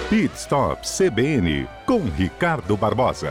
Pit Stop CBN, com Ricardo Barbosa.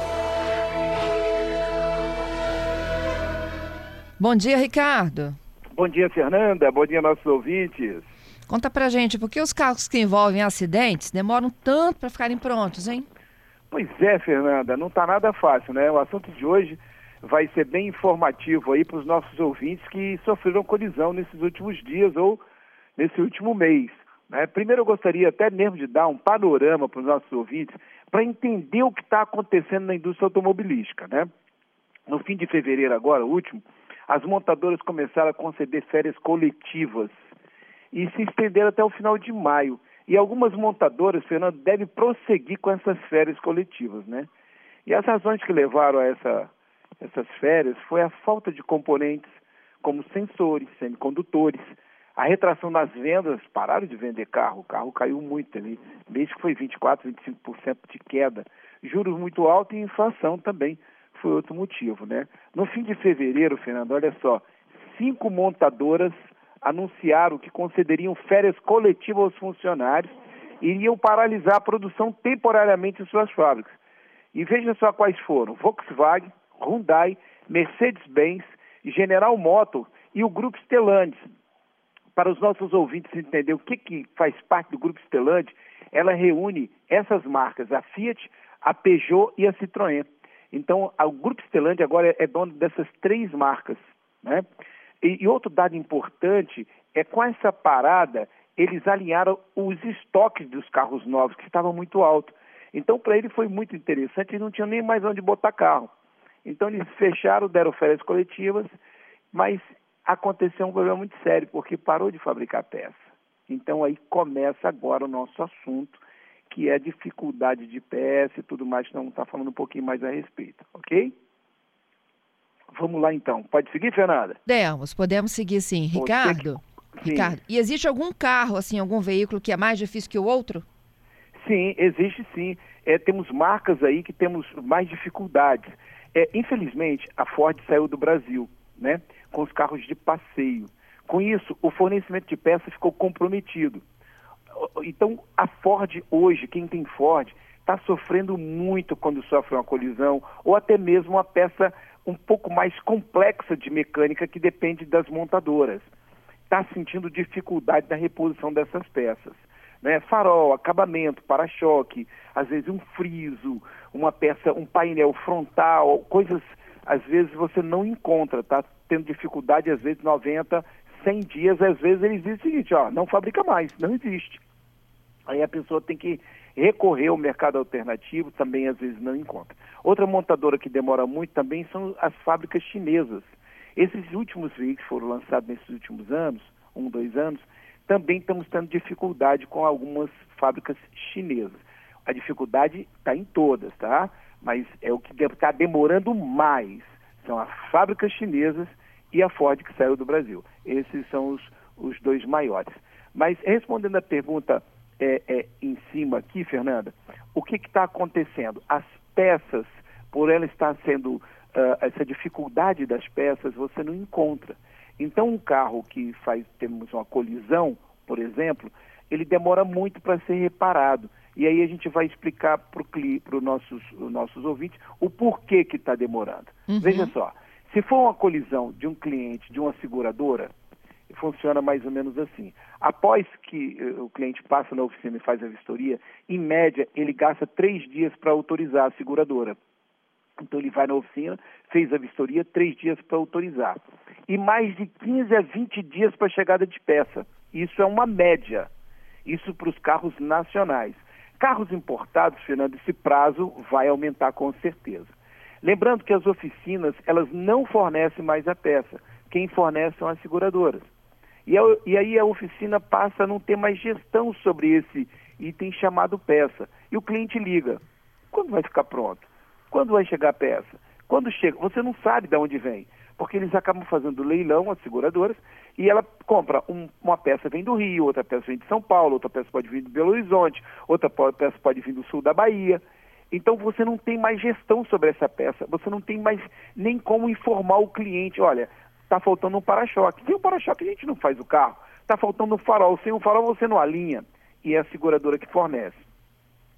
Bom dia, Ricardo. Bom dia, Fernanda. Bom dia, nossos ouvintes. Conta pra gente, por que os carros que envolvem acidentes demoram tanto para ficarem prontos, hein? Pois é, Fernanda, não está nada fácil, né? O assunto de hoje vai ser bem informativo aí para os nossos ouvintes que sofreram colisão nesses últimos dias ou nesse último mês, né? Primeiro eu gostaria até mesmo de dar um panorama para os nossos ouvintes para entender o que está acontecendo na indústria automobilística, né? No fim de fevereiro agora, último, as montadoras começaram a conceder férias coletivas e se estenderam até o final de maio. E algumas montadoras, Fernando, devem prosseguir com essas férias coletivas, né? E as razões que levaram a essas férias foi a falta de componentes como sensores, semicondutores, a retração nas vendas, pararam de vender carro, o carro caiu muito ali, mês que foi 24%, 25% de queda, juros muito altos e inflação também foi outro motivo, né? No fim de fevereiro, Fernando, olha só, 5 montadoras anunciaram que concederiam férias coletivas aos funcionários e iriam paralisar a produção temporariamente em suas fábricas. E veja só quais foram: Volkswagen, Hyundai, Mercedes-Benz, General Motors e o Grupo Stellantis. Para os nossos ouvintes entenderem o que faz parte do Grupo Stellantis, ela reúne essas marcas, a Fiat, a Peugeot e a Citroën. Então, o Grupo Stellantis agora é dono dessas 3 marcas, né? E outro dado importante é, com essa parada, eles alinharam os estoques dos carros novos, que estavam muito altos. Então, para ele foi muito interessante, eles não tinham nem mais onde botar carro. Então, eles fecharam, deram férias coletivas, mas aconteceu um problema muito sério, porque parou de fabricar peça. Então, aí começa agora o nosso assunto, que é a dificuldade de peça e tudo mais, que nós vamos estar falando um pouquinho mais a respeito, ok? Vamos lá, então. Pode seguir, Fernanda? Podemos seguir sim. Ricardo, e existe algum carro, assim, algum veículo que é mais difícil que o outro? Sim, existe sim. Temos marcas aí que temos mais dificuldades. Infelizmente, a Ford saiu do Brasil, né, com os carros de passeio. Com isso, o fornecimento de peças ficou comprometido. Então, a Ford hoje, quem tem Ford, está sofrendo muito quando sofre uma colisão ou até mesmo uma peça um pouco mais complexa de mecânica que depende das montadoras. Está sentindo dificuldade na reposição dessas peças, né? Farol, acabamento, para-choque, às vezes um friso, uma peça, um painel frontal, coisas às vezes você não encontra, está tendo dificuldade às vezes 90, 100 dias, às vezes eles dizem o seguinte, não fabrica mais, não existe. Aí a pessoa tem que recorrer ao mercado alternativo, também às vezes não encontra. Outra montadora que demora muito também são as fábricas chinesas. Esses últimos veículos foram lançados nesses últimos anos, 2 anos, também estamos tendo dificuldade com algumas fábricas chinesas. A dificuldade está em todas, tá? Mas é o que está demorando mais. São as fábricas chinesas e a Ford que saiu do Brasil. Esses são os 2 maiores. Mas respondendo a pergunta em cima aqui, Fernanda, o que está acontecendo? As peças, por ela estar sendo, essa dificuldade das peças, você não encontra. Então, um carro que temos uma colisão, por exemplo, ele demora muito para ser reparado. E aí a gente vai explicar para os nossos ouvintes o porquê que está demorando. Uhum. Veja só, se for uma colisão de um cliente, de uma seguradora, funciona mais ou menos assim. Após que o cliente passa na oficina e faz a vistoria, em média, ele gasta 3 dias para autorizar a seguradora. Então, ele vai na oficina, fez a vistoria, 3 dias para autorizar. E mais de 15 a 20 dias para a chegada de peça. Isso é uma média. Isso para os carros nacionais. Carros importados, Fernando, esse prazo vai aumentar com certeza. Lembrando que as oficinas, elas não fornecem mais a peça. Quem fornece são as seguradoras. E aí a oficina passa a não ter mais gestão sobre esse item chamado peça. E o cliente liga. Quando vai ficar pronto? Quando vai chegar a peça? Quando chega? Você não sabe de onde vem. Porque eles acabam fazendo leilão, as seguradoras, e ela compra uma peça vem do Rio, outra peça vem de São Paulo, outra peça pode vir do Belo Horizonte, outra peça pode vir do sul da Bahia. Então você não tem mais gestão sobre essa peça, você não tem mais nem como informar o cliente, olha, está faltando um para-choque. Sem o para-choque a gente não faz o carro. Está faltando um farol. Sem um farol você não alinha. E é a seguradora que fornece.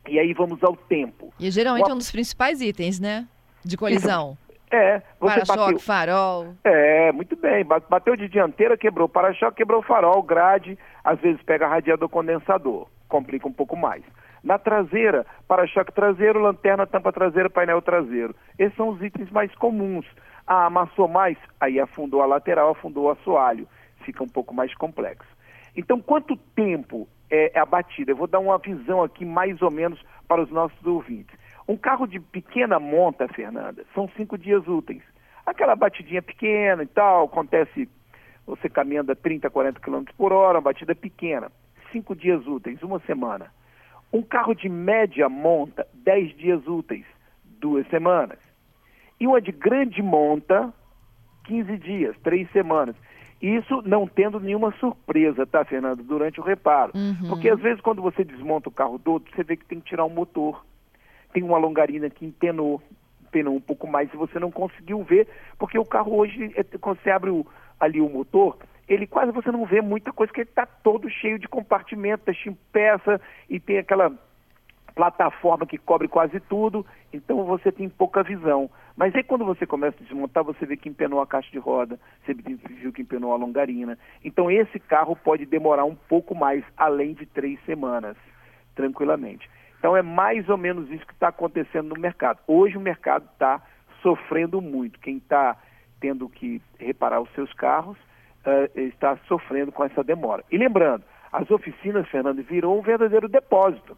E aí vamos ao tempo. E geralmente é um dos principais itens, né? De colisão. Você para-choque, farol. Muito bem. Bateu de dianteira, quebrou para-choque, quebrou farol, grade, às vezes pega radiador condensador. Complica um pouco mais. Na traseira, para-choque traseiro, lanterna, tampa traseira, painel traseiro. Esses são os itens mais comuns. Amassou mais, aí afundou a lateral, afundou o assoalho. Fica um pouco mais complexo. Então, quanto tempo é a batida? Eu vou dar uma visão aqui mais ou menos para os nossos ouvintes. Um carro de pequena monta, Fernanda, são 5 dias úteis. Aquela batidinha pequena e tal, acontece, você caminhando a 30, 40 km por hora, uma batida pequena. 5 dias úteis, uma semana. Um carro de média monta, 10 dias úteis, 2 semanas. E uma de grande monta, 15 dias, 3 semanas. Isso não tendo nenhuma surpresa, tá, Fernanda, durante o reparo. Porque às vezes quando você desmonta o carro todo, você vê que tem que tirar um motor. Tem uma longarina que empenou um pouco mais e você não conseguiu ver, porque o carro hoje, quando você abre ali o motor, ele quase você não vê muita coisa, porque ele está todo cheio de compartimentos, cheio de peça e tem aquela plataforma que cobre quase tudo, então você tem pouca visão. Mas aí quando você começa a desmontar, você vê que empenou a caixa de roda, você viu que empenou a longarina. Então esse carro pode demorar um pouco mais, além de 3 semanas, tranquilamente. Então é mais ou menos isso que está acontecendo no mercado. Hoje o mercado está sofrendo muito. Quem está tendo que reparar os seus carros está sofrendo com essa demora. E lembrando, as oficinas, Fernando, virou um verdadeiro depósito.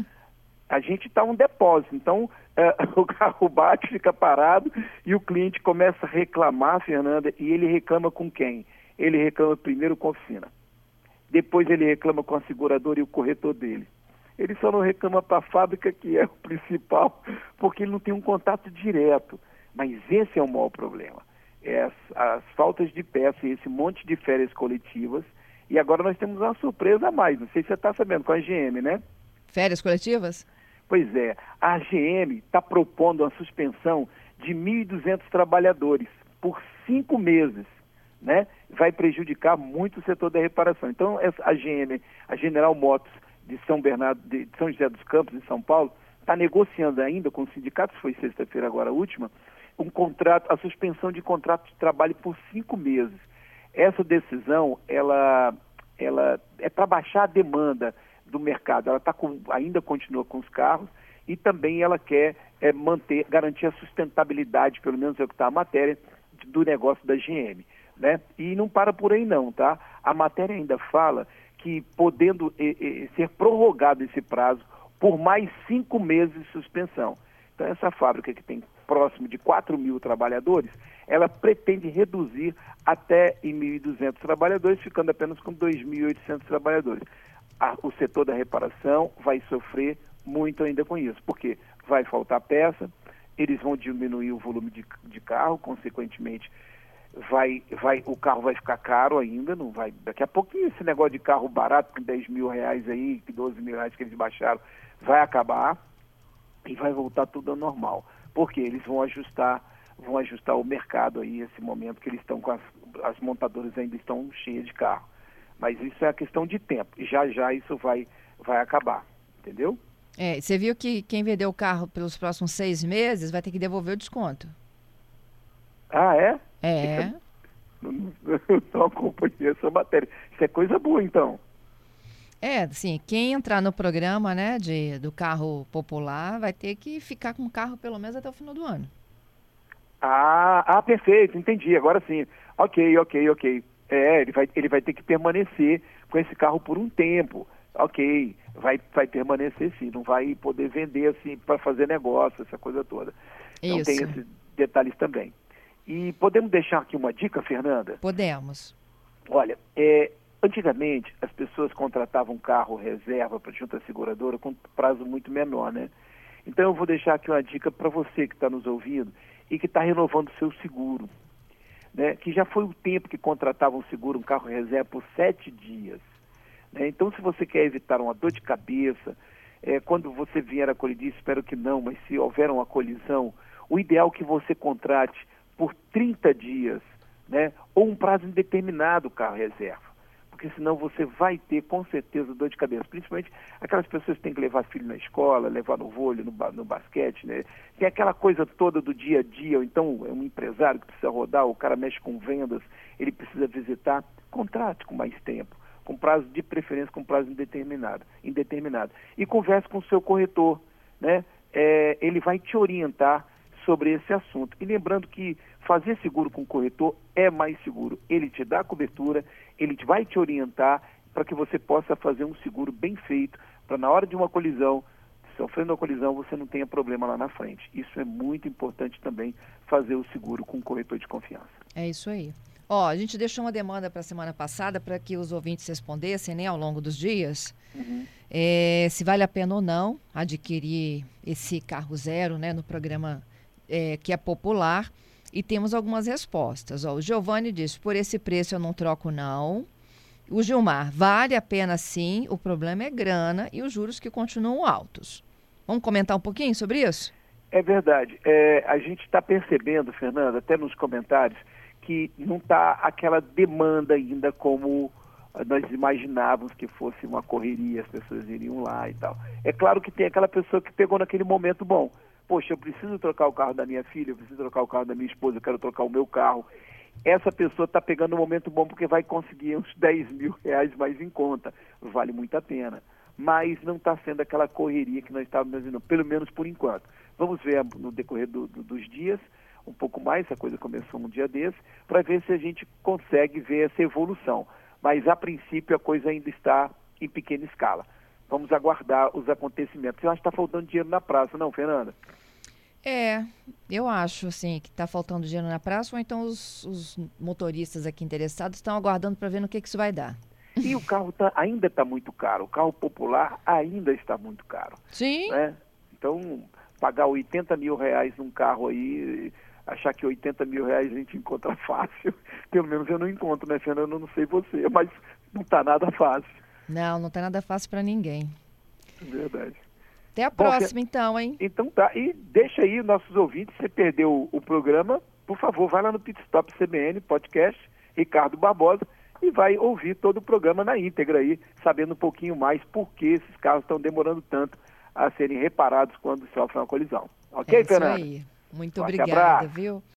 A gente está um depósito. Então o carro bate, fica parado e o cliente começa a reclamar, Fernanda, e ele reclama com quem? Ele reclama primeiro com a oficina. Depois ele reclama com a seguradora e o corretor dele. Ele só não reclama para a fábrica, que é o principal, porque ele não tem um contato direto. Mas esse é o maior problema. As faltas de peça e esse monte de férias coletivas. E agora nós temos uma surpresa a mais. Não sei se você está sabendo, com a GM, né? Férias coletivas? Pois é. A GM está propondo uma suspensão de 1.200 trabalhadores por 5 meses. Né? Vai prejudicar muito o setor da reparação. Então, a GM, a General Motors, de São José dos Campos, em São Paulo, está negociando ainda com os sindicatos, foi sexta-feira agora a última, a suspensão de contrato de trabalho por 5 meses. Essa decisão, ela é para baixar a demanda do mercado. Ela ainda continua com os carros e também ela quer garantir a sustentabilidade, pelo menos é o que está a matéria, do negócio da GM. Né? E não para por aí não, tá? A matéria ainda fala que podendo ser prorrogado esse prazo por mais 5 meses de suspensão. Então essa fábrica que tem próximo de 4.000 trabalhadores, ela pretende reduzir até em 1.200 trabalhadores, ficando apenas com 2.800 trabalhadores. O setor da reparação vai sofrer muito ainda com isso, porque vai faltar peça, eles vão diminuir o volume de carro, consequentemente o carro vai ficar caro ainda, não vai. Daqui a pouquinho esse negócio de carro barato com 10 mil reais aí, 12 mil reais que eles baixaram, vai acabar e vai voltar tudo ao normal. Porque eles vão ajustar o mercado aí, esse momento que eles estão com as montadoras ainda estão cheias de carro. Mas isso é a questão de tempo. E já isso vai acabar, entendeu? Você viu que quem vendeu o carro pelos próximos 6 meses vai ter que devolver o desconto. Ah, é? É. Não acompanhei essa matéria. Isso é coisa boa, então. Sim, quem entrar no programa, né, do carro popular vai ter que ficar com o carro pelo menos até o final do ano. Perfeito, entendi, agora sim. Ok. Ele vai ter que permanecer com esse carro por um tempo. Ok, vai permanecer sim, não vai poder vender assim para fazer negócio, essa coisa toda. Então tem esses detalhes também. E podemos deixar aqui uma dica, Fernanda? Podemos. Olha, antigamente as pessoas contratavam carro reserva para junta seguradora com prazo muito menor, né? Então eu vou deixar aqui uma dica para você que está nos ouvindo e que está renovando o seu seguro, né? Que já foi o tempo que contratavam seguro, um carro reserva por 7 dias. Né? Então se você quer evitar uma dor de cabeça, quando você vier a colidir, espero que não, mas se houver uma colisão, o ideal é que você contrate por 30 dias, né? Ou um prazo indeterminado o carro reserva. porque senão você vai ter, com certeza, dor de cabeça. Principalmente aquelas pessoas que têm que levar filho na escola, levar no vôlei, no basquete, né? Tem aquela coisa toda do dia a dia, ou então é um empresário que precisa rodar, o cara mexe com vendas, ele precisa visitar, contrate com mais tempo, com prazo de preferência, com prazo indeterminado. E converse com o seu corretor, né? Ele vai te orientar sobre esse assunto. E lembrando que fazer seguro com o corretor é mais seguro. Ele te dá a cobertura, ele vai te orientar para que você possa fazer um seguro bem feito, para na hora de uma colisão, sofrendo uma colisão, você não tenha problema lá na frente. Isso é muito importante também, fazer o seguro com um corretor de confiança. É isso aí. Ó, a gente deixou uma demanda para a semana passada para que os ouvintes respondessem, né, ao longo dos dias, se vale a pena ou não adquirir esse carro zero, né, no programa que é popular, e temos algumas respostas. Ó, o Giovanni disse, por esse preço eu não troco não. O Gilmar, vale a pena sim, o problema é grana e os juros que continuam altos. Vamos comentar um pouquinho sobre isso? É verdade. A gente está percebendo, Fernanda, até nos comentários, que não está aquela demanda ainda como nós imaginávamos que fosse uma correria, as pessoas iriam lá e tal. É claro que tem aquela pessoa que pegou naquele momento bom. Poxa, eu preciso trocar o carro da minha filha, eu preciso trocar o carro da minha esposa, eu quero trocar o meu carro. Essa pessoa está pegando um momento bom porque vai conseguir uns 10 mil reais mais em conta. Vale muito a pena. Mas não está sendo aquela correria que nós estávamos imaginando, pelo menos por enquanto. Vamos ver no decorrer dos dias, um pouco mais, a coisa começou um dia desse, para ver se a gente consegue ver essa evolução. Mas, a princípio, a coisa ainda está em pequena escala. Vamos aguardar os acontecimentos. Eu acho que está faltando dinheiro na praça, não, Fernanda? Eu acho, assim, que está faltando dinheiro na praça, ou então os motoristas aqui interessados estão aguardando para ver no que isso vai dar. E o carro ainda está muito caro. O carro popular ainda está muito caro. Sim. Né? Então, pagar 80 mil reais num carro aí, achar que 80 mil reais a gente encontra fácil, pelo menos eu não encontro, né, Fernanda? Eu não sei você, mas não está nada fácil. Não está nada fácil para ninguém. É verdade. Até a próxima, então, hein? Então tá. E deixa aí nossos ouvintes, se você perdeu o programa, por favor, vai lá no Pit Stop CBN, podcast, Ricardo Barbosa, e vai ouvir todo o programa na íntegra aí, sabendo um pouquinho mais por que esses carros estão demorando tanto a serem reparados quando sofrem uma colisão. Ok, Fernanda? Isso aí. Muito Forte obrigada, abraço. viu?